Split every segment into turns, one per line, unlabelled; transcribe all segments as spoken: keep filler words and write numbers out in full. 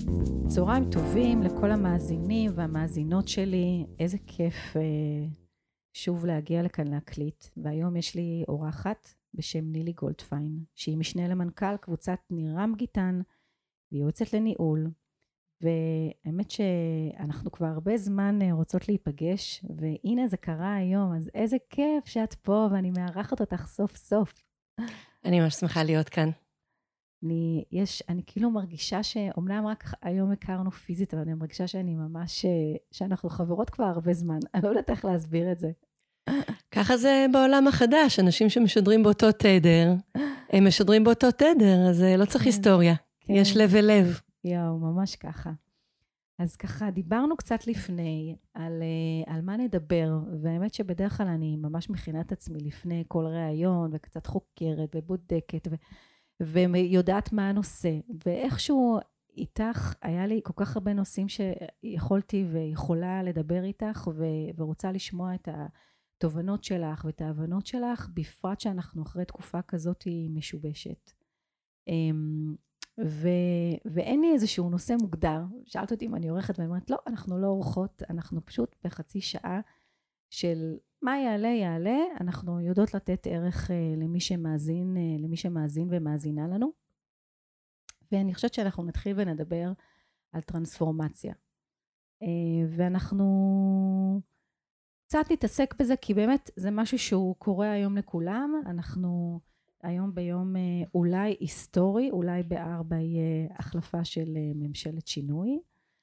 צהריים טובים לכל המאזינים והמאזינות שלי, איזה כיף אה, שוב להגיע לכאן להקליט, והיום יש לי אורחת בשם נילי גולדפיין, שהיא משנה למנכ"ל קבוצת נירם גיטן, והיא יועצת לניהול, והאמת שאנחנו כבר הרבה זמן רוצות להיפגש, והנה זה קרה היום, אז איזה כיף שאת פה ואני מארחת אותך סוף סוף.
אני ממש שמחה להיות כאן.
אני, יש, אני כאילו מרגישה שאומנם רק היום הכרנו פיזית, אבל אני מרגישה שאני ממש, שאנחנו חברות כבר הרבה זמן. אני לא יודעת איך להסביר את זה.
ככה זה בעולם החדש, אנשים שמשדרים באותו תדר, הם משדרים באותו תדר, אז לא צריך היסטוריה. יש לב ולב.
יאו, ממש ככה. אז ככה, דיברנו קצת לפני על, על מה נדבר, והאמת שבדרך כלל אני ממש מכינה את עצמי לפני כל ראיון, וקצת חוקרת ובודקת, ו... ויודעת מה הנושא, ואיכשהו איתך היה לי כל כך הרבה נושאים שיכולתי ויכולה לדבר איתך, ו- ורוצה לשמוע את התובנות שלך ואת ההבנות שלך, בפרט שאנחנו אחרי תקופה כזאת משובשת. ו- ואין לי איזשהו נושא מוגדר, שאלת אותי אם אני עורכת, ואני אומרת, לא, אנחנו לא עורכות, אנחנו פשוט בחצי שעה של מה יעלה יעלה, אנחנו יודעות לתת ערך uh, למי שמאזין, uh, למי שמאזין ומאזינה לנו. ואני חושבת שאנחנו נתחיל ונדבר על טרנספורמציה. Uh, ואנחנו קצת נתעסק בזה, כי באמת זה משהו שהוא קורה היום לכולם. אנחנו היום ביום uh, אולי היסטורי, אולי בארבע יהיה החלפה של uh, ממשלת שינוי,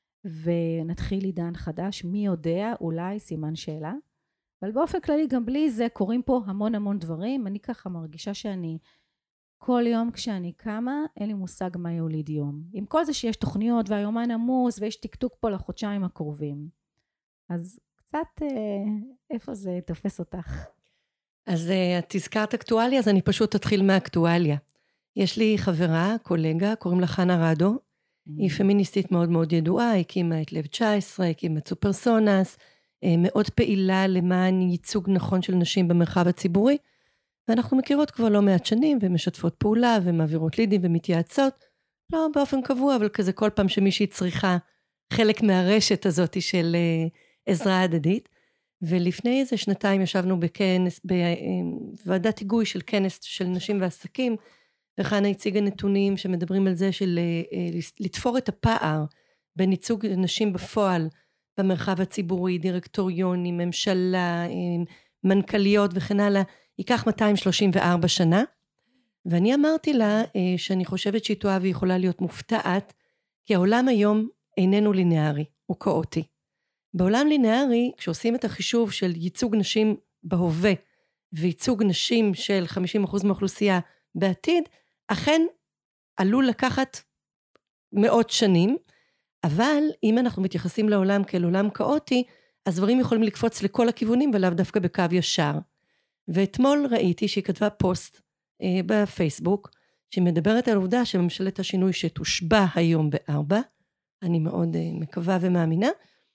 ונתחיל עידן חדש, מי יודע, אולי סימן שאלה. אבל באופן כללי גם בלי זה קורים פה המון המון דברים. אני ככה מרגישה שאני כל יום כשאני קמה אין לי מושג מה יוליד יום. עם כל זה שיש תוכניות והיומן עמוס ויש טקטוק פה לחודשיים הקרובים. אז קצת איפה זה תופס אותך?
אז את תזכרת אקטואליה, אז אני פשוט אתחיל מהאקטואליה. יש לי חברה, קולגה, קוראים לה חנה רדו. Mm. היא פמיניסטית מאוד מאוד ידועה, הקימה את לב תשע עשרה, הקימה את סופרסונס, מאוד פעילה למען ייצוג נכון של נשים במרחב הציבורי, ואנחנו מכירות כבר לא מעט שנים, ומשתפות פעולה, ומעבירות לידים, ומתייעצות, לא באופן קבוע, אבל כזה כל פעם שמישהי צריכה חלק מהרשת הזאת של עזרה הדדית, ולפני איזה שנתיים ישבנו בכנס, בוועדת היגוי של כנס של נשים ועסקים, וחנה הציגה נתונים שמדברים על זה של לתפור את הפער, בין ייצוג נשים בפועל, במרחב הציבורי, דירקטוריונים, ממשלה, מנכ"ליות וכן הלאה, ייקח מאתיים שלושים וארבע שנה, ואני אמרתי לה שאני חושבת שהיא טועה והיא יכולה להיות מופתעת, כי העולם היום איננו לינארי, הוא כאוטי. בעולם לינארי, כשעושים את החישוב של ייצוג נשים בהווה, וייצוג נשים של חמישים אחוז מהאוכלוסייה בעתיד, אכן עלול לקחת מאות שנים, אבל אם אנחנו מתייחסים לעולם כאל עולם כאוטי, אז דברים יכולים לקפוץ לכל הכיוונים ולאו דווקא בקו ישר. ואתמול ראיתי שהיא כתבה פוסט אה, בפייסבוק, שמדברת על עובדה שממשלת השינוי שתושבע היום בארבע, אני מאוד אה, מקווה ומאמינה,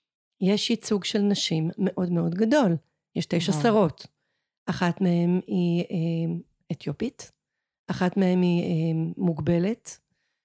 יש ייצוג של נשים מאוד מאוד גדול. יש תשע שרות. אחת מהן היא אה, אתיופית, אחת מהן היא אה, מוגבלת,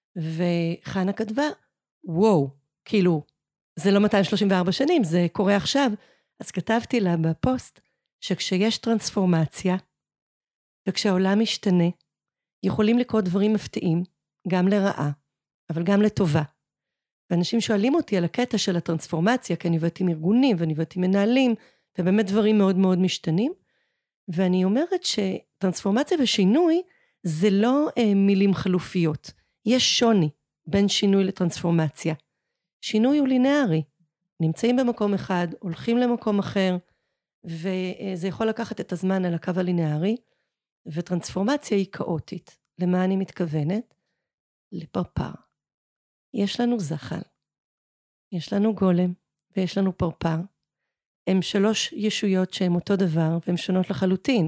וחנה כתבה, וואו, כאילו, זה לא מאתיים שלושים וארבע שנים, זה קורה עכשיו. אז כתבתי לה בפוסט, שכשיש טרנספורמציה, וכשהעולם משתנה, יכולים לקרות דברים מפתיעים, גם לרעה, אבל גם לטובה. ואנשים שואלים אותי על הקטע של הטרנספורמציה, כי אני עובדת עם ארגונים, ואני עובדת עם מנהלים, ובאמת דברים מאוד מאוד משתנים, ואני אומרת שטרנספורמציה ושינוי, זה לא אה, מילים חלופיות. יש שוני בין שינוי לטרנספורמציה. שינוי הוא לינארי. נמצאים במקום אחד, הולכים למקום אחר, וזה יכול לקחת את הזמן על הקו הלינארי, וטרנספורמציה היא כאוטית. למה אני מתכוונת? לפרפר. יש לנו זחל, יש לנו גולם, ויש לנו פרפר. הם שלוש ישויות שהן אותו דבר, והן שונות לחלוטין.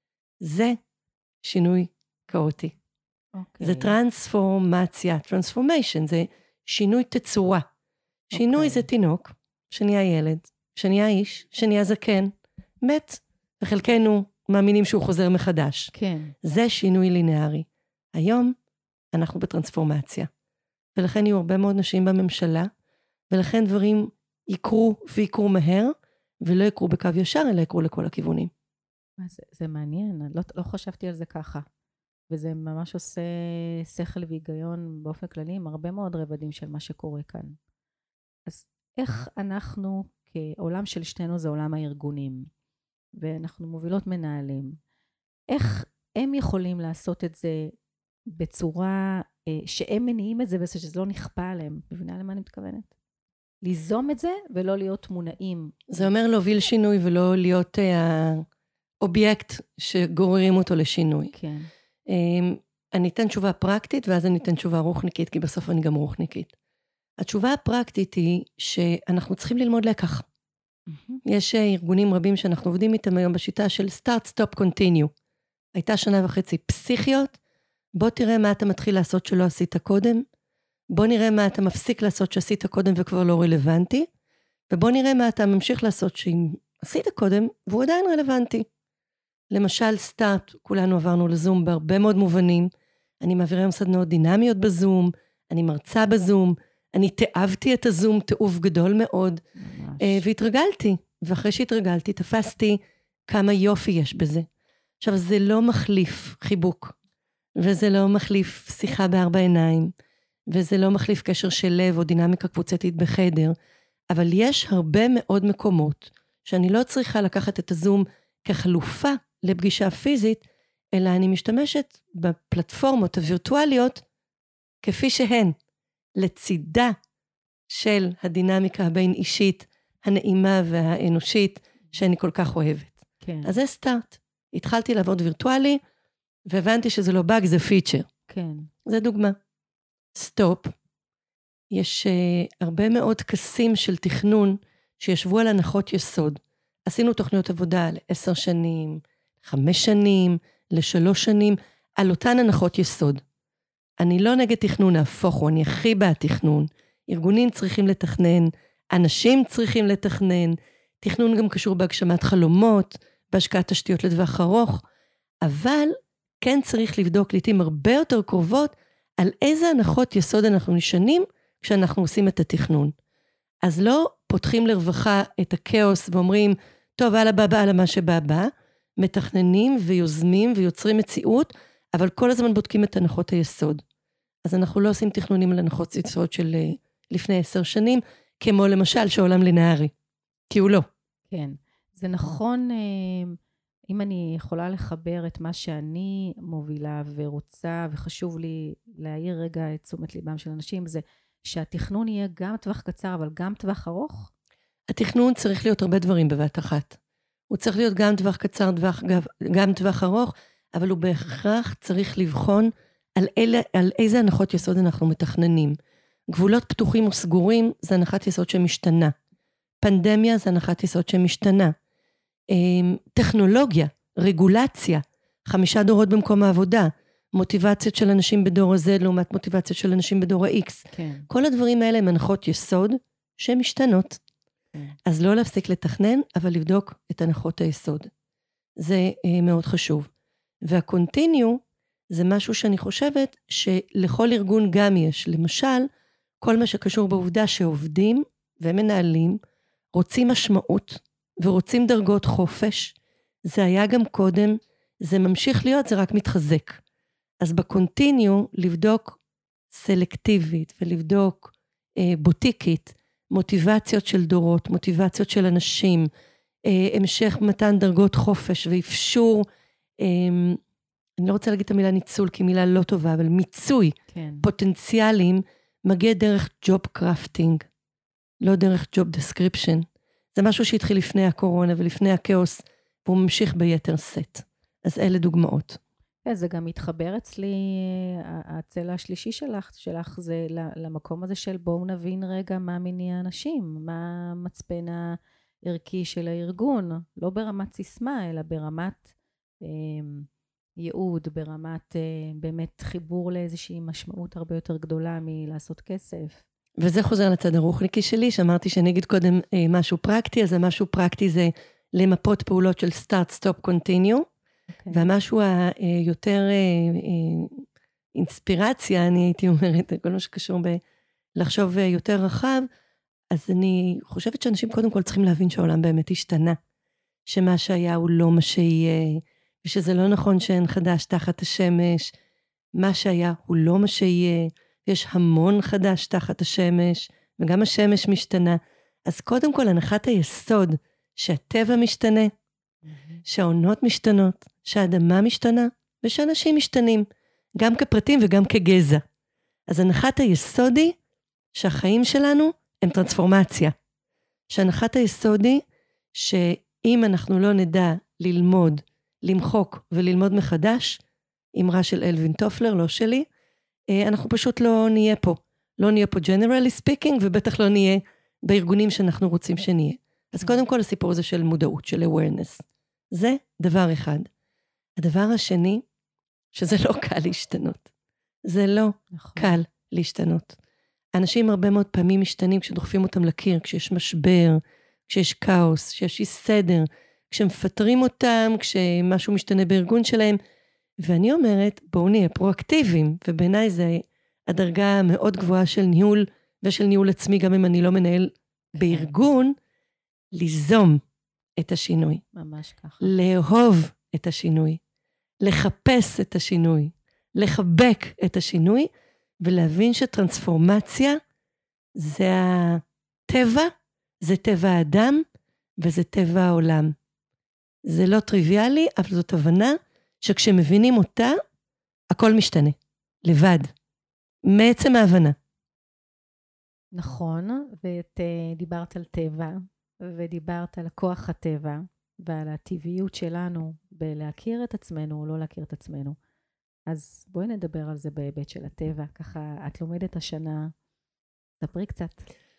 זה שינוי כאוטי. Okay. זה טרנספורמציה, טרנספורמיישן, זה שינוי תצורה. Okay. שינוי זה תינוק, שנהיה ילד, שנהיה איש, שנהיה זקן, מת, וחלקנו מאמינים שהוא חוזר מחדש.
כן.
זה שינוי לינארי. היום אנחנו בטרנספורמציה. ולכן יהיו הרבה מאוד נשים בממשלה, ולכן דברים יקרו ויקרו מהר, ולא יקרו בקו ישר, אלא יקרו לכל הכיוונים.
זה, זה מעניין, לא, לא חשבתי על זה ככה. וזה ממש עושה שכל והיגיון באופן כללי, עם הרבה מאוד רבדים של מה שקורה כאן. אז איך אנחנו, כעולם של שתינו זה עולם הארגונים, ואנחנו מובילות מנהלים, איך הם יכולים לעשות את זה בצורה שהם מניעים את זה, ושזה לא נכפה עליהם? מבינה למה אני מתכוונת? ליזום את זה ולא להיות מונעים.
זה אומר להוביל שינוי ולא להיות האובייקט שגוררים אותו לשינוי.
כן.
אני אתן תשובה פרקטית, ואז אני אתן תשובה רוחניקית, כי בסוף אני גם רוחניקית. התשובה הפרקטית היא שאנחנו צריכים ללמוד לקח. Mm-hmm. יש ארגונים רבים שאנחנו עובדים איתם היום בשיטה של start, stop, continue. הייתה שנה וחצי פסיכיות, בוא תראה מה אתה מתחיל לעשות שלא עשית קודם, בוא נראה מה אתה מפסיק לעשות שעשית קודם וכבר לא רלוונטי, ובוא נראה מה אתה ממשיך לעשות שאם עשית קודם והוא עדיין רלוונטי. למשל סטארט, כולנו עברנו לזום בהרבה מאוד מובנים, אני מעבירה היום סדנאות דינמיות בזום, אני מרצה בזום, אני תאהבתי את הזום, תאוב גדול מאוד, ממש. והתרגלתי, ואחרי שהתרגלתי תפסתי כמה יופי יש בזה. עכשיו זה לא מחליף חיבוק, וזה לא מחליף שיחה בארבע עיניים, וזה לא מחליף קשר של לב או דינמיקה קבוצתית בחדר, אבל יש הרבה מאוד מקומות שאני לא צריכה לקחת את הזום כחלופה לפגישה פיזית, אלא אני משתמשת בפלטפורמות הווירטואליות כפי שהן, לצידה של הדינמיקה הבין אישית, הנעימה והאנושית, שאני כל כך אוהבת.
כן.
אז זה סטארט. התחלתי לעבוד וירטואלי, והבנתי שזה לא באג, זה פיצ'ר.
כן.
זה דוגמה. סטופ. יש uh, הרבה מאוד כסים של תכנון, שישבו על הנחות יסוד. עשינו תוכניות עבודה לעשר שנים, חמש שנים, לשלוש שנים, על אותן הנחות יסוד. אני לא נגד תכנון, ההפוך הוא, אני הכי בעד תכנון. ארגונים צריכים לתכנן, אנשים צריכים לתכנן, תכנון גם קשור בהגשמת חלומות, בהשקעת תשתיות לטווח ארוך, אבל כן צריך לבדוק לעתים הרבה יותר קרובות, על איזה הנחות יסוד אנחנו נשענים, כשאנחנו עושים את התכנון. אז לא פותחים לרווחה את הכאוס, ואומרים, טוב, הלאה בא, הלאה מה שבא בא, מתכננים ויוזמים ויוצרים מציאות, אבל כל הזמן בודקים את הנחות היסוד. אז אנחנו לא עושים תכנונים על הנחות יסוד של לפני עשר שנים, כמו למשל שעולם לינארי, כי הוא לא.
כן, זה נכון, אם אני יכולה לחבר את מה שאני מובילה ורוצה, וחשוב לי להעיר רגע את תשומת ליבם של אנשים, זה שהתכנון יהיה גם טווח קצר, אבל גם טווח ארוך?
התכנון צריך להיות הרבה דברים בבת אחת. הוא צריך להיות גם טווח קצר, טווח, גם טווח ארוך, אבל הוא בהכרח צריך לבחון על, אלה, על איזה הנחות יסוד אנחנו מתכננים. גבולות פתוחים וסגורים זה הנחת יסוד שמשתנה. פנדמיה זה הנחת יסוד שמשתנה. טכנולוגיה, רגולציה, חמישה דורות במקום העבודה, מוטיבציות של אנשים בדור הזה לעומת מוטיבציות של אנשים בדור ה-X.
כן.
כל הדברים האלה הם הנחות יסוד שמשתנות. כן. אז לא להפסיק לתכנן, אבל לבדוק את הנחות היסוד. זה מאוד חשוב. והקונטיניו זה משהו שאני חושבת שלכל ארגון גם יש. למשל, כל מה שקשור בעובדה שעובדים ומנהלים רוצים משמעות ורוצים דרגות חופש. זה היה גם קודם, זה ממשיך להיות, זה רק מתחזק. אז בקונטיניו לבדוק סלקטיבית ולבדוק אה, בוטיקית, מוטיבציות של דורות, מוטיבציות של אנשים, אה, המשך מתן דרגות חופש ואפשור, אה, אני לא רוצה להגיד את המילה ניצול, כי מילה לא טובה, אבל מיצוי
כן.
פוטנציאלים, מגיע דרך ג'וב קרפטינג, לא דרך ג'וב דסקריפשן. זה משהו שהתחיל לפני הקורונה ולפני הכאוס, והוא ממשיך ביתר סט. אז אלה דוגמאות.
זה גם מתחבר אצלי, הצלע השלישי שלך, שלך זה למקום הזה של בואו נבין רגע מה מניע אנשים, מה המצפן הערכי של הארגון, לא ברמת סיסמה, אלא ברמת אה, ייעוד, ברמת אה, באמת חיבור לאיזושהי משמעות הרבה יותר גדולה מלעשות כסף.
וזה חוזר לצד הרוחניקי שלי, שאמרתי שאני אגיד קודם אה, משהו פרקטי, אז המשהו פרקטי זה למפות פעולות של start, stop, continue, Okay. והמשהו היותר אינספירציה, אני הייתי אומרת, כל מה שקשור בלחשוב יותר רחב, אז אני חושבת שאנשים קודם כל צריכים להבין שהעולם באמת השתנה, שמה שהיה הוא לא מה שיהיה, ושזה לא נכון שאין חדש תחת השמש, מה שהיה הוא לא מה שיהיה, יש המון חדש תחת השמש, וגם השמש משתנה. אז קודם כל הנחת היסוד שהטבע משתנה, שהעונות משתנות, שהאדמה משתנה, ושאנשים משתנים, גם כפרטים וגם כגזע. אז הנחת היסוד היא שהחיים שלנו הם טרנספורמציה. שהנחת היסוד היא שאם אנחנו לא נדע ללמוד, למחוק וללמוד מחדש, אמרה של אלווין טופלר, לא שלי, אנחנו פשוט לא נהיה פה. לא נהיה פה generally speaking, ובטח לא נהיה בארגונים שאנחנו רוצים שנהיה. אז קודם כל הסיפור הזה של מודעות, של awareness. זה דבר אחד. הדבר השני, שזה לא קל להשתנות. זה לא נכון. קל להשתנות. אנשים הרבה מאוד פעמים משתנים כשדוחפים אותם לקיר, כשיש משבר, כשיש כאוס, כשיש אי סדר, כשמפטרים אותם, כשמשהו משתנה בארגון שלהם, ואני אומרת, בואו נהיה פרואקטיביים, ובעיניי זה הדרגה המאוד גבוהה של ניהול, ושל ניהול עצמי, גם אם אני לא מנהל בארגון, ליזום את השינוי.
ממש ככה.
לאהוב את השינוי, לחפש את השינוי, לחבק את השינוי, ולהבין שטרנספורמציה זה הטבע, זה טבע האדם, וזה טבע העולם. זה לא טריוויאלי, אבל זאת הבנה שכשמבינים אותה, הכל משתנה, לבד, מעצם ההבנה.
נכון, ואת דיברת על טבע, ודיברת על כוח הטבע, ועל הטבעיות שלנו בלהכיר את עצמנו או לא להכיר את עצמנו. אז בואי נדבר על זה בהיבט של הטבע, ככה את לומדת השנה, ספרי קצת.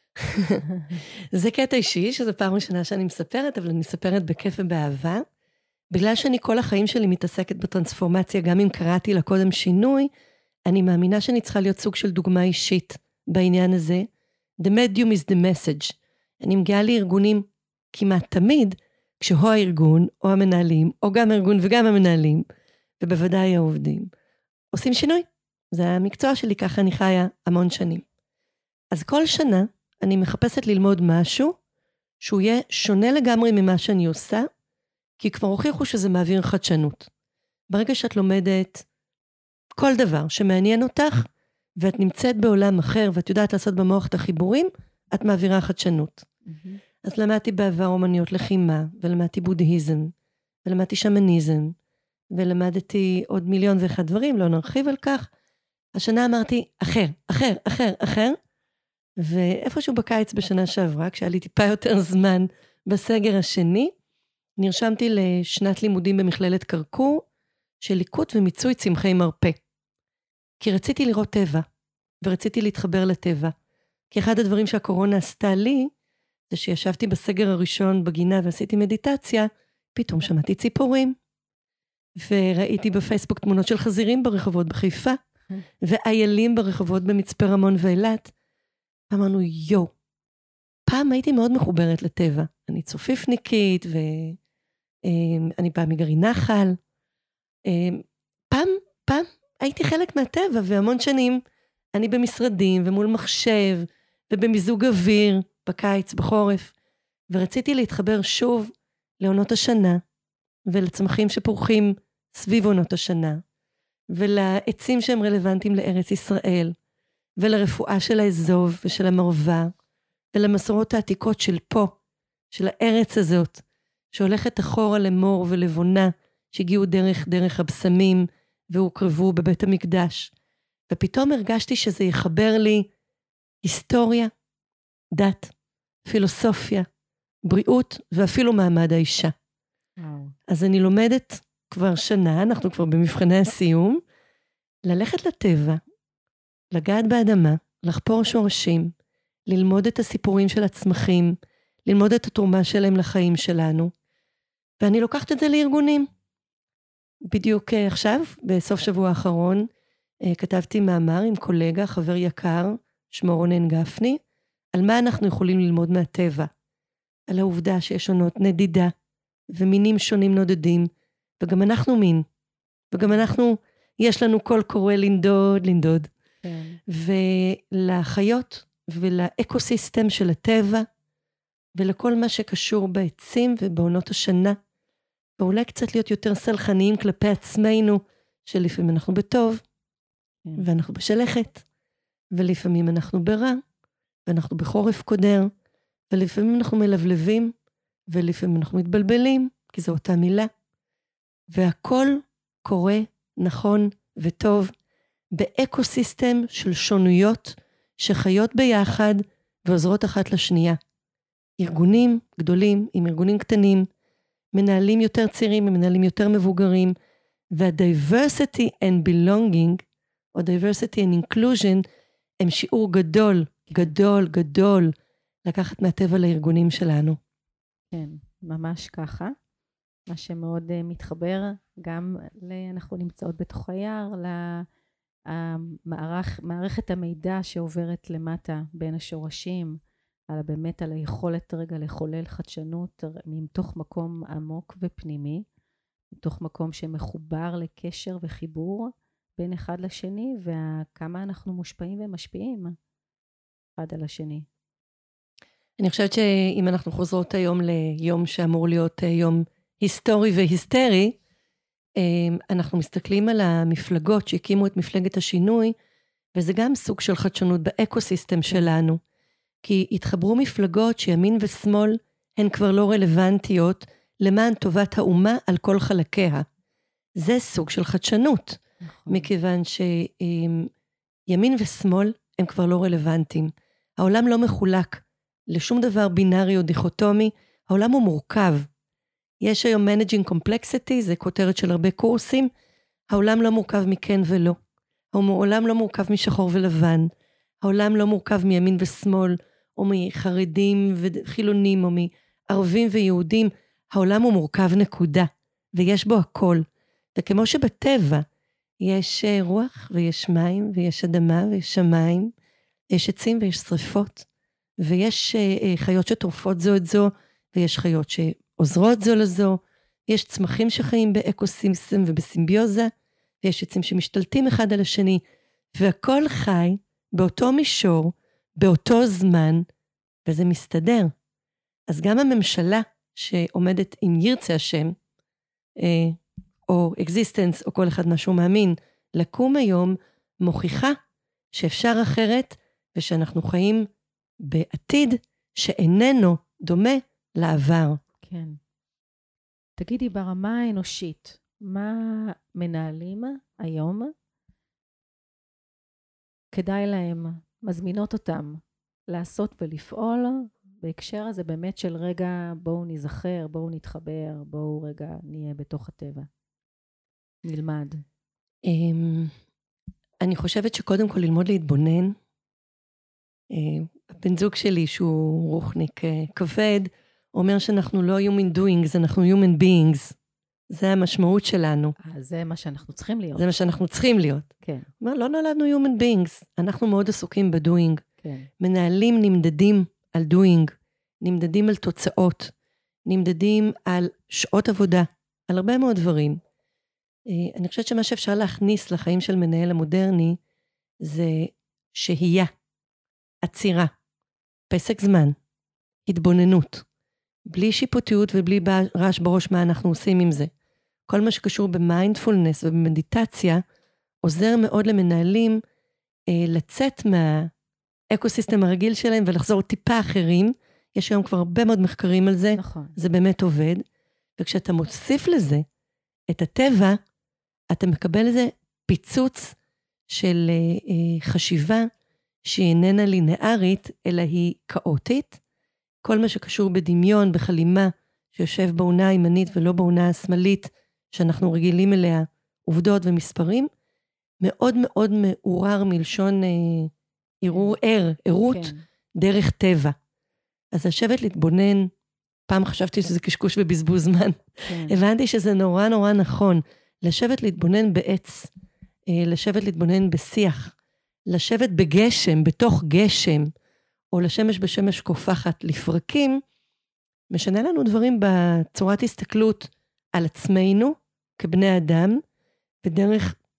זה קטע אישי, שזו פעם ראשונה שאני מספרת, אבל אני מספרת בכיף ובאהבה. בגלל שאני כל החיים שלי מתעסקת בטרנספורמציה, גם אם קראתי לה קודם שינוי, אני מאמינה שאני צריכה להיות סוג של דוגמה אישית בעניין הזה. The medium is the message. אני מגיעה לארגונים כמעט תמיד, כשהו הארגון, או המנהלים, או גם הארגון וגם המנהלים, ובוודאי העובדים, עושים שינוי. זה המקצוע שלי, ככה אני חיה המון שנים. אז כל שנה אני מחפשת ללמוד משהו, שהוא יהיה שונה לגמרי ממה שאני עושה, כי כבר הוכיחו שזה מעביר חדשנות. ברגע שאת לומדת כל דבר שמעניין אותך, ואת נמצאת בעולם אחר, ואת יודעת לעשות במוח את החיבורים, את מעבירה חדשנות. Mm-hmm. אז למדתי בעבר אומניות לחימה, ולמדתי בודהיזם, ולמדתי שמניזם, ולמדתי עוד מיליון ואחד דברים, לא נרחיב על כך. השנה אמרתי, אחר, אחר, אחר, אחר, ואיפשהו בקיץ בשנה שעברה, כשהיה לי טיפה יותר זמן בסגר השני, נרשמתי לשנת לימודים במכללת קרקור, של ליקוט ומיצוי צמחי מרפא. כי רציתי לראות טבע, ורציתי להתחבר לטבע. כי אחד הדברים שהקורונה עשתה לי, זה שישבתי בסגר הראשון בגינה ועשיתי מדיטציה, פתאום שמעתי ציפורים. וראיתי בפייסבוק תמונות של חזירים ברחובות בחיפה, ואיילים ברחובות במצפה רמון ואילת. אמרנו, יו, פעם הייתי מאוד מחוברת לטבע. אני צופיפניקית, ואני באה מגרעין נחל. פעם, פעם הייתי חלק מהטבע, והמון שנים אני במשרדים ומול מחשב, ובמיזוג אוויר, בקיץ, בחורף, ורציתי להתחבר שוב לעונות השנה, ולצמחים שפורחים סביב עונות השנה, ולעצים שהם רלוונטיים לארץ ישראל, ולרפואה של האזוב ושל המרווה, ולמסורות העתיקות של פה, של הארץ הזאת, שהולכת אחורה למור ולבונה, שהגיעו דרך דרך הבשמים, והוקרבו בבית המקדש. ופתאום הרגשתי שזה יחבר לי היסטוריה, דת, פילוסופיה, בריאות, ואפילו מעמד האישה.
וואו.
אז אני לומדת כבר שנה, אנחנו כבר במבחני הסיום, ללכת לטבע, לגעת באדמה, לחפור שורשים, ללמוד את הסיפורים של הצמחים, ללמוד את התרומה שלהם לחיים שלנו, ואני לוקחת את זה לארגונים. בדיוק עכשיו, בסוף שבוע האחרון, כתבתי מאמר עם קולגה, חבר יקר, שמו רונן גפני, על מה אנחנו יכולים ללמוד מהטבע, על העובדה שיש שונות נדידה, ומינים שונים נודדים, וגם אנחנו מין, וגם אנחנו יש לנו קול קורא לנדוד, לנדוד.
כן.
ולחיות ולאקוסיסטם של הטבע, ולכל מה שקשור בעצים ובעונות השנה, ואולי קצת להיות יותר סלחניים כלפי עצמנו, שלפעמים אנחנו בטוב, כן. ואנחנו בשלכת, ולפעמים אנחנו ברע, ואנחנו בחורף קודר, ולפעמים אנחנו מלבלבים, ולפעמים אנחנו מתבלבלים, כי זו אותה מילה, והכל קורה נכון וטוב, באקוסיסטם של שונויות, שחיות ביחד, ועוזרות אחת לשנייה. ארגונים גדולים עם ארגונים קטנים, מנהלים יותר צעירים, מנהלים יותר מבוגרים, וה-diversity and belonging, או diversity and inclusion, הם שיעור גדול, גדול, גדול, לקחת מהטבע לארגונים שלנו.
כן, ממש ככה. מה שמאוד uh, מתחבר, גם ל- אנחנו נמצאות בתוך היער, למערך, מערכת המידע שעוברת למטה בין השורשים, על באמת על היכולת רגע לחולל חדשנות מתוך מקום עמוק ופנימי, מתוך מקום שמחובר לקשר וחיבור בין אחד לשני, וכמה אנחנו מושפעים ומשפיעים אחד על השני.
אני חושבת שאם אנחנו חוזרות היום ליום שאמור להיות יום היסטורי והיסטרי, אנחנו מסתכלים על המפלגות שהקימו את מפלגת השינוי, וזה גם סוג של חדשנות באקוסיסטם שלנו, כי התחברו מפלגות שימין ושמאל הן כבר לא רלוונטיות למען טובת האומה על כל חלקיה. זה סוג של חדשנות, נכון. מכיוון שימין ושמאל הם כבר לא רלוונטיים. העולם לא מחולק לשום דבר בינארי או דיכוטומי, העולם הוא מורכב. יש היום Managing Complexity, זה כותרת של הרבה קורסים, העולם לא מורכב מכן ולא. העולם לא מורכב משחור ולבן, העולם לא מורכב מימין ושמאל, או מחרדים וחילונים, או מערבים ויהודים, העולם הוא מורכב נקודה, ויש בו הכל. וכמו שבטבע יש רוח ויש מים ויש אדמה ויש שמיים, יש עצים ויש שריפות, ויש חיות שטורפות זו את זו, ויש חיות שעוזרות זו לזו, יש צמחים שחיים באקוסיסטם ובסימביוזה, ויש עצים שמשתלטים אחד על השני, והכל חי באותו מישור, באותו זמן, וזה מסתדר. אז גם הממשלה שעומדת עם ירצה השם, או אקזיסטנס, או כל אחד משהו מאמין, לקום היום, מוכיחה שאפשר אחרת, ושאנחנו חיים בעתיד שאיננו דומה לעבר.
כן. תגידי, ברמה האנושית, מה מנהלים היום? כדאי להם, מזמינות אותם לעשות ולפעול, בהקשר הזה באמת של רגע בואו נזכר, בואו נתחבר, בואו רגע נהיה בתוך הטבע. נלמד.
אני חושבת שקודם כל ללמוד להתבונן. הבן זוג שלי שהוא רוחניק כבד, אומר שאנחנו לא human doings, אנחנו human beings. זה המשמעות שלנו.
זה מה שאנחנו צריכים להיות.
זה מה שאנחנו צריכים להיות.
כן.
אומר, לא נולדנו human beings, אנחנו מאוד עסוקים בדוינג.
כן.
מנהלים נמדדים על דוינג, נמדדים על תוצאות, נמדדים על שעות עבודה, על הרבה מאוד דברים. אני חושבת שמה שאפשר להכניס לחיים של מנהל המודרני, זה שהייה, עצירה, פסק זמן, התבוננות, בלי שיפוטיות ובלי רעש בראש מה אנחנו עושים עם זה. כל מה שקשור במיינדפולנס ובמדיטציה, עוזר מאוד למנהלים אה, לצאת מהאקוסיסטם הרגיל שלהם ולחזור טיפה אחרים. יש היום כבר הרבה מאוד מחקרים על זה,
נכון.
זה באמת עובד. וכשאתה מוסיף לזה את הטבע, אתה מקבל איזה פיצוץ של אה, חשיבה שהיא איננה לינארית, אלא היא כאוטית. כל מה שקשור בדמיון, בחלימה, שיושב בעונה הימנית ולא בעונה השמאלית, שאנחנו רגילים אליה, עובדות ומספרים, מאוד מאוד מעורר מלשון אה, ערעור ער, ערות, כן. דרך טבע. אז לשבת להתבונן, פעם חשבתי שזה קשקוש ובזבוז זמן, כן. הבנתי שזה נורא נורא נכון, לשבת להתבונן בעץ, אה, לשבת להתבונן בשיח, לשבת בגשם, בתוך גשם, או לשמש בשמש קופחת לפרקים, משנה לנו דברים בצורת הסתכלות על עצמנו, כבני אדם, ודרך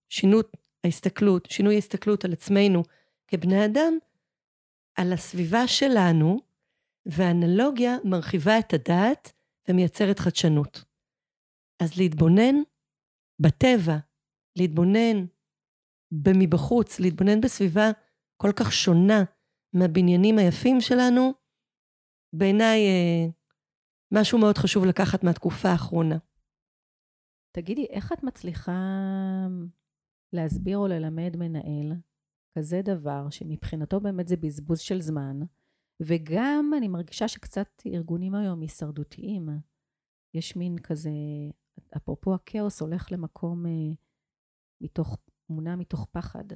שינות ההסתכלות, שינוי ההסתכלות על עצמנו כבני אדם, על הסביבה שלנו, והאנלוגיה מרחיבה את הדעת ומייצרת חדשנות. אז להתבונן בטבע, להתבונן מבחוץ, להתבונן בסביבה כל כך שונה מהבניינים היפים שלנו, בעיניי אה, משהו מאוד חשוב לקחת מהתקופה האחרונה.
תגידי, איך את מצליחה להסביר או ללמד מנהל כזה דבר, שמבחינתו באמת זה בזבוז של זמן, וגם אני מרגישה שקצת ארגונים היום הישרדותיים, יש מין כזה, אפרופו הכאוס, הולך למקום אה, מתוך, מונע מתוך פחד.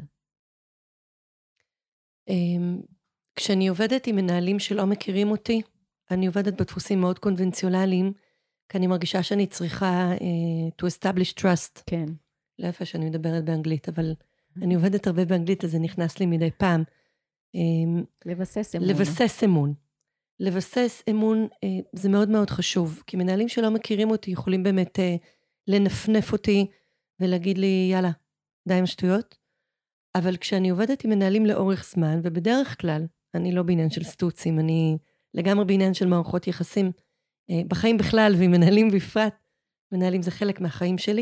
כשאני עובדת עם מנהלים שלא מכירים אותי, אני עובדת בדפוסים מאוד קונבנציונליים, כי אני מרגישה שאני צריכה uh, to establish trust.
כן.
לא יפה שאני מדברת באנגלית, אבל אני עובדת הרבה באנגלית, אז זה נכנס לי מדי פעם.
לבסס אמון.
לבסס אמון. לבסס אמון, uh, זה מאוד מאוד חשוב, כי מנהלים שלא מכירים אותי, יכולים באמת uh, לנפנף אותי, ולהגיד לי, יאללה, די עם שטויות. אבל כשאני עובדת עם מנהלים לאורך זמן, ובדרך כלל, אני לא בעניין של סטוצים, אני לגמרי בעניין של מערכות יחסים, בחיים בכלל, ועם מנהלים בפרט, מנהלים זה חלק מהחיים שלי.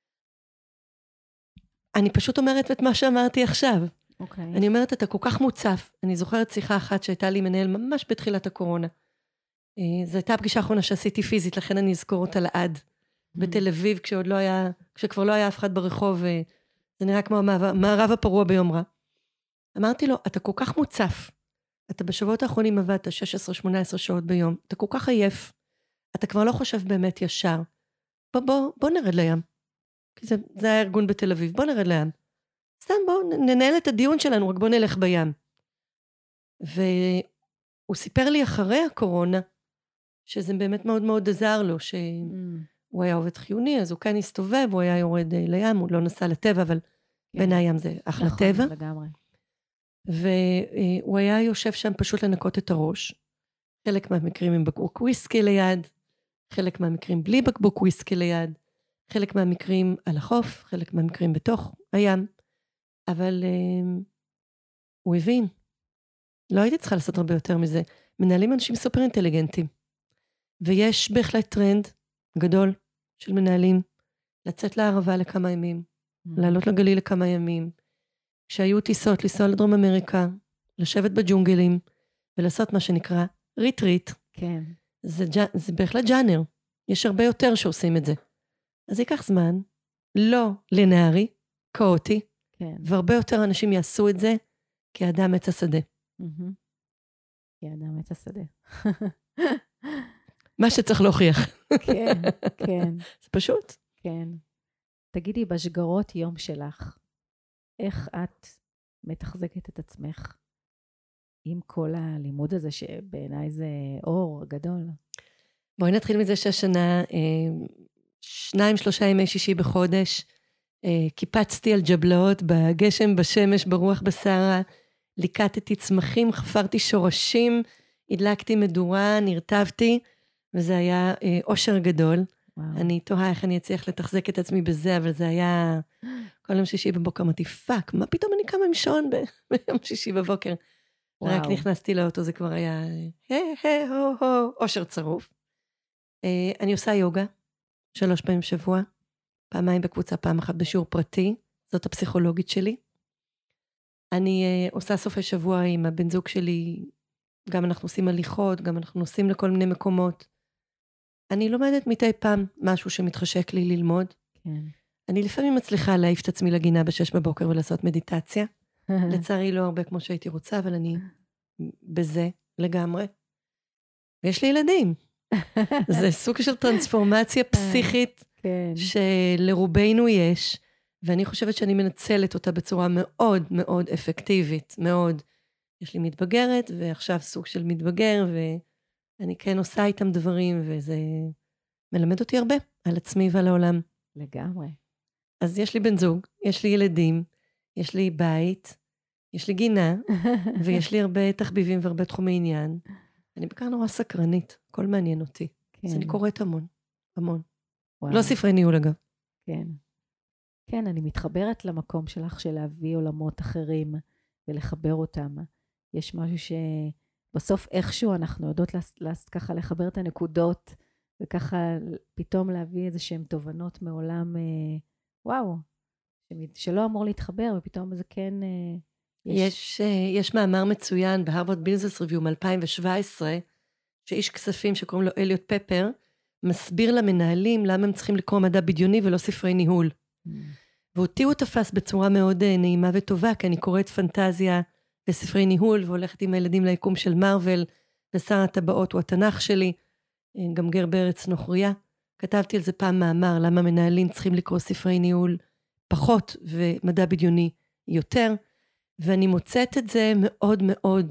אני פשוט אומרת את מה שאמרתי עכשיו.
Okay.
אני אומרת, אתה כל כך מוצף. אני זוכרת שיחה אחת שהייתה לי מנהל ממש בתחילת הקורונה. זו הייתה הפגישה האחרונה שעשיתי פיזית, לכן אני אזכור אותה לעד. Mm-hmm. בתל אביב, כשעוד לא היה, כשכבר לא היה אף אחד ברחוב, זה נראה כמו המערב הפרוע ביום רע. אמרתי לו, אתה כל כך מוצף. אתה בשבועות האחרונים עבדת שש עשרה שמונה עשרה שעות ביום. אתה כל כך עייף. אתה כבר לא חושב באמת ישר. בוא, בוא, בוא נרד לים. כי זה, זה היה ארגון בתל אביב. בוא נרד לים. סתם בוא ננהל את הדיון שלנו, רק בוא נלך בים. והוא סיפר לי אחרי הקורונה, שזה באמת מאוד מאוד עזר לו, שהוא היה עובד חיוני, אז הוא כאן הסתובב, הוא היה יורד לים, הוא לא נסע לטבע, אבל כן. בין הים זה אחלה
נכון,
טבע.
לגמרי.
והוא היה יושב שם פשוט לנקות את הראש. חלק מהמקרים עם בקבוק וויסקי ליד, חלק מהמקרים בלי בקבוק וויסקי ליד, חלק מהמקרים על החוף, חלק מהמקרים בתוך הים, אבל uh, הוא הבין. לא הייתי צריכה לעשות הרבה יותר מזה. מנהלים אנשים סופר אינטליגנטים, ויש בהחלט טרנד גדול של מנהלים, לצאת לערבה לכמה ימים, mm-hmm. לעלות לגליל לכמה ימים, כשהיו טיסות לנסוע לדרום אמריקה, לשבת בג'ונגלים, ולעשות מה שנקרא ריטריט.
כן.
זה, זה בהחלט ג'אנר. יש הרבה יותר שעושים את זה. אז זה ייקח זמן, לא לנערי, כאוטי,
כן.
והרבה יותר אנשים יעשו את זה, כאדם עץ השדה.
Mm-hmm. כאדם עץ השדה.
מה שצריך להוכיח.
כן, כן.
זה פשוט.
כן. תגידי, בשגרות יום שלך, איך את מתחזקת את עצמך עם כל הלימוד הזה, שבעיניי זה אור גדול?
בואי נתחיל מזה שהשנה, שניים, שלושה ימי שישי בחודש, קיפצתי על ג'בלאות, בגשם, בשמש, ברוח בסערה, ליקטתי צמחים, חפרתי שורשים, הדלקתי מדורה, נרטבתי, וזה היה אושר גדול. וואו. אני תוהה איך אני אצליח לתחזק את עצמי בזה, אבל זה היה כל יום שישי בבוקר, אמרתי, פאק, מה פתאום אני קמה עם שעון ביום שישי בבוקר? וואו. רק נכנסתי לאוטו, זה כבר היה, היי, היי, הו, הו, אושר צרוף. אני עושה יוגה, שלוש פעמים שבוע, פעמיים בקבוצה, פעם אחת בשיעור פרטי, זאת הפסיכולוגית שלי. אני עושה סופי שבוע עם הבן זוג שלי, גם אנחנו עושים הליכות, גם אנחנו נוסעים לכל מיני מקומות. אני לומדת מתי פעם משהו שמתחשק לי ללמוד. כן. אני לפעמים מצליחה להעיף את עצמי לגינה בשש בבוקר ולעשות מדיטציה. לצערי לא הרבה כמו שהייתי רוצה, אבל אני בזה לגמרי. ויש לי ילדים. זה סוג של טרנספורמציה פסיכית כן. שלרובנו יש, ואני חושבת שאני מנצלת אותה בצורה מאוד מאוד אפקטיבית, מאוד. יש לי מתבגרת, ועכשיו סוג של מתבגר, ואני כן עושה איתם דברים, וזה מלמד אותי הרבה על עצמי ועל העולם.
לגמרי.
אז יש לי בן זוג, יש לי ילדים, יש לי בית, יש לי גינה, ויש לי הרבה תחביבים והרבה תחומי עניין. אני בעיקר נורא סקרנית, הכל מעניין אותי. כן. אז אני קוראת המון, המון. וואו. לא ספרי ניהול אגב.
כן. כן, אני מתחברת למקום שלך של להביא עולמות אחרים ולחבר אותם. יש משהו שבסוף איכשהו אנחנו יודעות לס, לס, ככה לחבר את הנקודות, וככה פתאום להביא איזה שהן תובנות מעולם, אה, וואו, שלא אמור להתחבר, ופתאום זה כן... אה,
יש, יש, יש מאמר מצוין בהרווארד ביזנס ריוויו מ-אלפיים שבע עשרה, שאיש כספים שקוראים לו אליוט פפר, מסביר למנהלים למה הם צריכים לקרוא מדע בדיוני ולא ספרי ניהול. Mm. ואותי הוא תפס בצורה מאוד נעימה וטובה, כי אני קוראת פנטזיה וספרי ניהול, והולכת עם הילדים ליקום של מרוול, ושר הטבעות הוא התנ"ך שלי, גם גר בארץ נוכריה. כתבתי על זה פעם מאמר, למה מנהלים צריכים לקרוא ספרי ניהול פחות, ומדע בדיוני יותר, ואני מוצאת את זה מאוד מאוד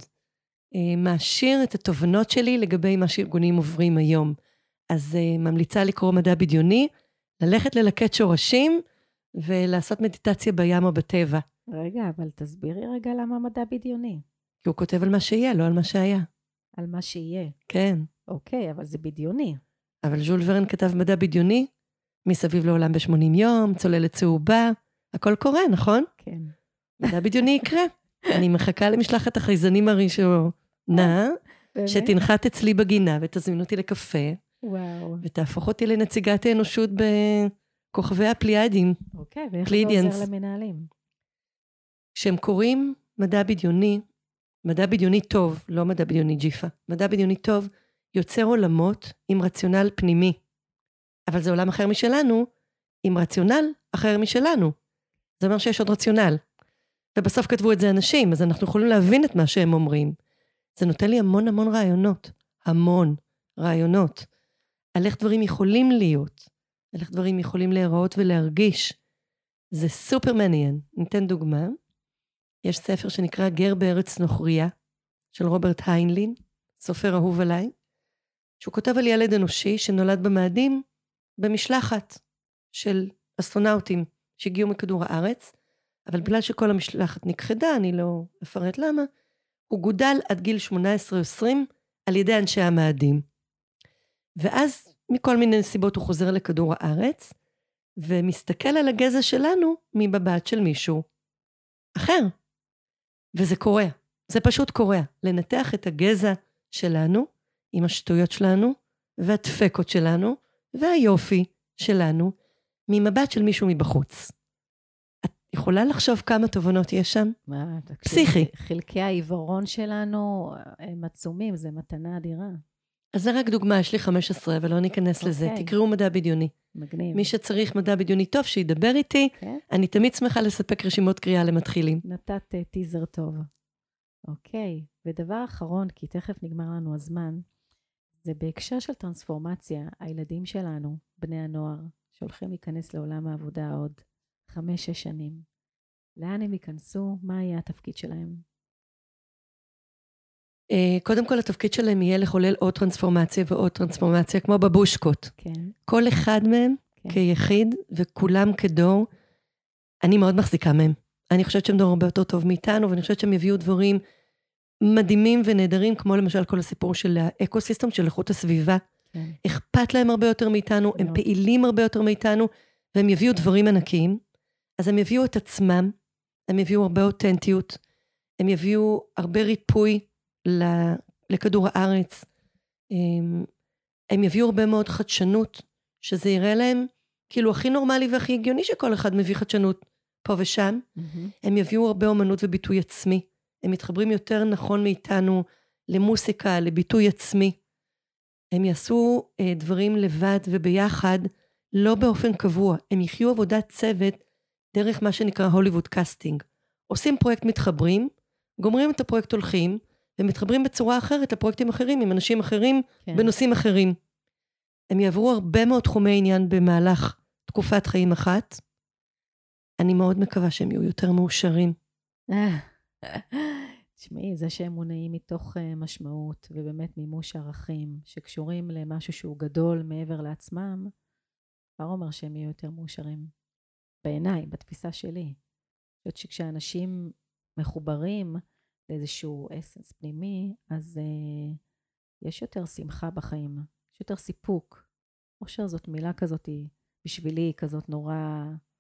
מעשיר את התובנות שלי לגבי מה שארגונים עוברים היום. אז ממליצה לקרוא מדע בדיוני, ללכת ללקט שורשים, ולעשות מדיטציה בים או בטבע.
רגע, אבל תסבירי רגע למה מדע בדיוני.
כי הוא כותב על מה שיהיה, לא על מה שהיה.
על מה שיהיה.
כן.
אוקיי, אבל זה בדיוני.
אבל ז'ול ורן כתב מדע בדיוני, מסביב לעולם ב-שמונים יום, צוללת צהובה, הכל קורה, נכון?
כן.
מדע בדיוני יקרה. אני מחכה למשלחת החייזנים הראשונה, שתנחת אצלי בגינה, ותזמין אותי לקפה,
וואו.
ותהפוך אותי לנציגת האנושות בכוכבי הפליאדים.
אוקיי, ואיך זה עוזר למנהלים?
כשהם קוראים מדע בדיוני, מדע בדיוני טוב, לא מדע בדיוני ג'יפה, מדע בדיוני טוב, יוצר עולמות עם רציונל פנימי. אבל זה עולם אחר משלנו, עם רציונל אחר משלנו. זה אומר שיש עוד רציונל. ובסוף כתבו את זה אנשים, אז אנחנו יכולים להבין את מה שהם אומרים. זה נותן לי המון המון רעיונות, המון רעיונות, על איך דברים יכולים להיות, על איך דברים יכולים להיראות ולהרגיש. זה סופר מעניין. ניתן דוגמה. יש ספר שנקרא גר בארץ נוכריה, של רוברט היינלין, סופר אהוב עליי, שהוא כותב על ילד אנושי שנולד במאדים במשלחת של אסטרונאוטים שהגיעו מכדור הארץ, אבל בגלל שכל המשלחת נכחדה, אני לא אפרט למה, הוא גודל עד גיל שמונה עשרה עשרים על ידי אנשי המאדים. ואז מכל מיני נסיבות הוא חוזר לכדור הארץ, ומסתכל על הגזע שלנו מבבת של מישהו אחר. וזה קורה, זה פשוט קורה. לנתח את הגזע שלנו, עם השטויות שלנו, והדפקות שלנו, והיופי שלנו, ממבט של מישהו מבחוץ. את יכולה לחשוב כמה תובנות יש שם?
מה,
פסיכי.
חלקי העיוורון שלנו הם עצומים, זה מתנה אדירה.
אז זה רק דוגמה, יש לי חמש עשרה, ולא ניכנס okay. לזה. תקראו מדע בדיוני.
מגניב.
מי שצריך מדע בדיוני טוב, שידבר איתי. Okay. אני תמיד שמחה לספק רשימות קריאה למתחילים.
נתת uh, טיזר טוב. אוקיי, okay. ודבר אחרון, כי תכף נגמר לנו הזמן, זה בהקשר של טרנספורמציה, הילדים שלנו, בני הנוער, שהולכים להיכנס לעולם העבודה עוד חמש, שש שנים. לאן הם ייכנסו? מה יהיה התפקיד שלהם?
קודם כל, התפקיד שלהם יהיה לחולל עוד טרנספורמציה ועוד טרנספורמציה, כמו בבושקות.
כן.
כל אחד מהם כן. כיחיד, וכולם כדור, אני מאוד מחזיקה מהם. אני חושבת שהם דור הרבה יותר טוב מאיתנו, ואני חושבת שהם יביאו דברים מדהימים ונהדרים, כמו למשל כל הסיפור של האקוסיסטם, של איכות הסביבה. כן. אכפת להם הרבה יותר מאיתנו, הם פעילים הרבה יותר מאיתנו, והם יביאו דברים ענקיים. אז הם יביאו את עצמם, הם יביאו הרבה אותנטיות, הם יביאו הרבה ריפוי, לכדור הארץ, הם יביאו הרבה מאוד חדשנות, שזה יראה להם כאילו הכי נורמלי והכי הגיוני שכל אחד מביא חדשנות פה ושם, mm-hmm. הם יביאו הרבה אומנות וביטוי עצמי, הם מתחברים יותר נכון מאיתנו למוסיקה, לביטוי עצמי, הם יעשו אה, דברים לבד וביחד, לא באופן קבוע, הם יחיו עבודת צוות דרך מה שנקרא הוליווד קאסטינג, עושים פרויקט מתחברים, גומרים את הפרויקט הולכים, ומתחברים בצורה אחרת לפרויקטים אחרים, עם אנשים אחרים, כן. בנושאים אחרים. הם יעברו הרבה מאוד תחומי עניין במהלך תקופת חיים אחת. אני מאוד מקווה שהם יהיו יותר מאושרים.
תשמעי, זה שהם מונעים מתוך משמעות, ובאמת מימוש ערכים, שקשורים למשהו שהוא גדול מעבר לעצמם, כבר אומר שהם יהיו יותר מאושרים. בעיניי, בתפיסה שלי. אני חושבת שכשאנשים מחוברים, לאיזשהו אסנס פנימי, אז uh, יש יותר שמחה בחיים, יש יותר סיפוק. אושר זאת מילה כזאת, בשבילי כזאת נורא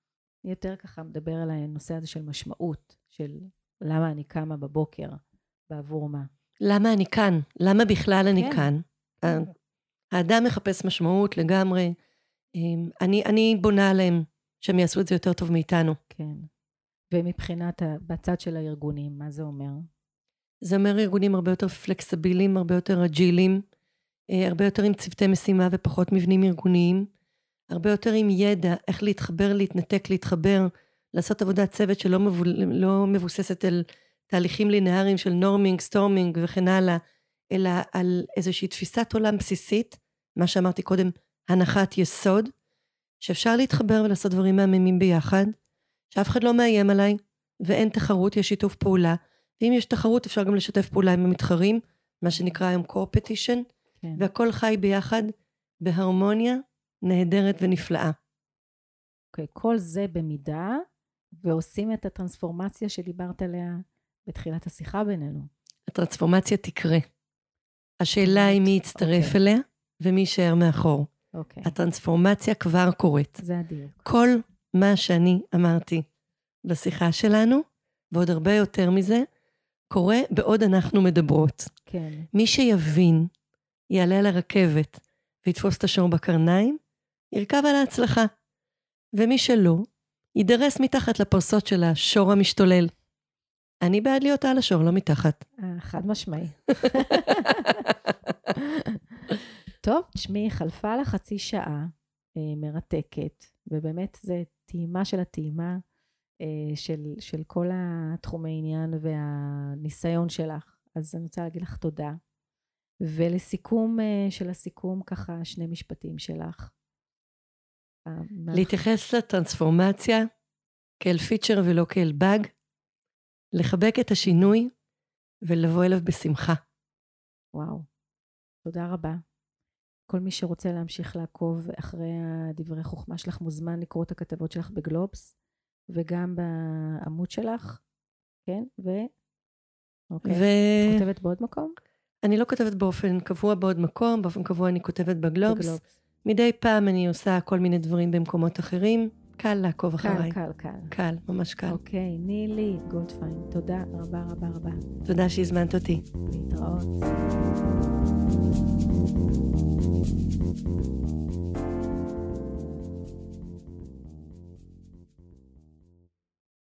אני יותר ככה מדבר על הנושא הזה של משמעות, של למה אני קמה בבוקר, בעבור מה.
למה אני כאן? למה בכלל אני
כן.
כאן? האדם מחפש משמעות לגמרי. אני, אני בונה עליהם שהם יעשו את זה יותר טוב מאיתנו.
כן. ומבחינת, בצד של הארגונים, מה זה אומר?
זה אומר ארגונים הרבה יותר פלקסביליים, הרבה יותר אג'ילים, הרבה יותר עם צוותי משימה ופחות מבנים ארגוניים, הרבה יותר עם ידע, איך להתחבר, להתנתק, להתחבר, לעשות עבודת צוות שלא מבול, לא מבוססת על תהליכים לינאריים של נורמינג, סטורמינג וכן הלאה, אלא על איזושהי תפיסת עולם בסיסית, מה שאמרתי קודם, הנחת יסוד, שאפשר להתחבר ולעשות דברים מהממים ביחד, שאף אחד לא מאיים עליי, ואין תחרות, יש שיתוף פעולה, ואם יש תחרות אפשר גם לשתף פעולה עם המתחרים, מה שנקרא היום קורפטישן, כן. והכל חי ביחד בהרמוניה נהדרת ונפלאה.
אוקיי, okay, כל זה במידה, ועושים את הטרנספורמציה שדיברת עליה בתחילת השיחה בינינו.
הטרנספורמציה תקרה. השאלה היא מי יצטרף okay. אליה, ומי יישאר מאחור.
אוקיי. Okay.
הטרנספורמציה כבר קורית.
זה הדיוק.
כל מה שאני אמרתי בשיחה שלנו, ועוד הרבה יותר מזה, קורה בעוד אנחנו מדברות.
כן.
מי שיבין, יעלה על הרכבת, ויתפוס את השור בקרניים, ירכב על ההצלחה. ומי שלא, יידרס מתחת לפרסות של השור המשתולל. אני בעד להיות על השור, לא מתחת.
חד משמעי. טוב, תשמעי, חלפה לה חצי שעה מרתקת, ובאמת זה טעימה של הטעימה, של, של כל התחומי עניין והניסיון שלך. אז אני רוצה להגיד לך תודה. ולסיכום של הסיכום, ככה שני משפטים שלך.
להתייחס לטרנספורמציה כאל פיצ'ר ולא כאל באג, לחבק את השינוי ולבוא אליו בשמחה.
וואו, תודה רבה. כל מי שרוצה להמשיך לעקוב אחרי הדברי חוכמה שלך, מוזמן לקרוא את הכתבות שלך בגלובס, וגם בעמוד שלך, כן? ו... אוקיי. ו... את כותבת בעוד מקום?
אני לא כותבת באופן קבוע בעוד מקום, באופן קבוע אני כותבת בגלובס. בגלובס. מדי פעם אני עושה כל מיני דברים במקומות אחרים. קל לעקוב אחריי.
קל, קל, קל.
קל, ממש קל.
אוקיי, נילי גולדפיין, תודה רבה רבה רבה.
תודה שהזמנת אותי.
להתראות.